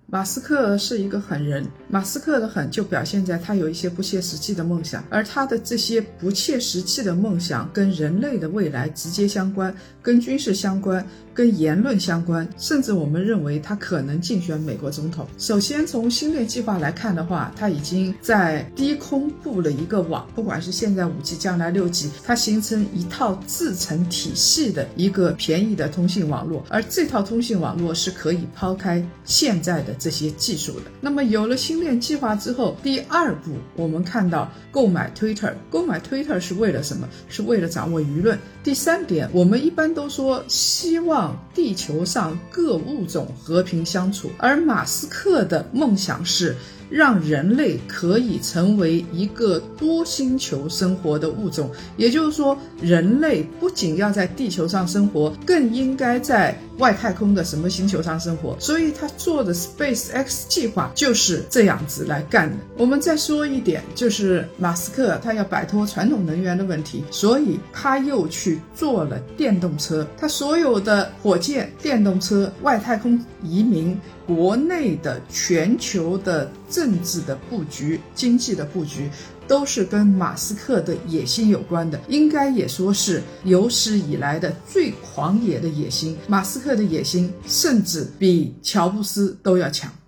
马斯克是一个狠人，马斯克的狠就表现在他有一些不切实际的梦想，而他的这些不切实际的梦想跟人类的未来直接相关，跟军事相关，跟言论相关，甚至我们认为他可能竞选美国总统。首先从星链计划来看的话，他已经在低空布了一个网，不管是现在5G将来6G，它形成一套自成体系的一个便宜的通信网络，而这套通信网络是可以抛开现在的这些技术的。那么有了星链计划之后，第二步我们看到购买 Twitter， 购买 Twitter 是为了什么？是为了掌握舆论。第三点，我们一般都说希望地球上各物种和平相处，而马斯克的梦想是让人类可以成为一个多星球生活的物种，也就是说人类不仅要在地球上生活，更应该在外太空的什么星球上生活。所以他做的 SpaceX 计划就是这样子来干的。我们再说一点，就是马斯克他要摆脱传统能源的问题，所以他又去做了电动车。他所有的火箭、电动车、外太空移民，国内的全球的政治的布局、经济的布局都是跟马斯克的野心有关的，应该也说是有史以来的最狂野的野心。马斯克的野心甚至比乔布斯都要强。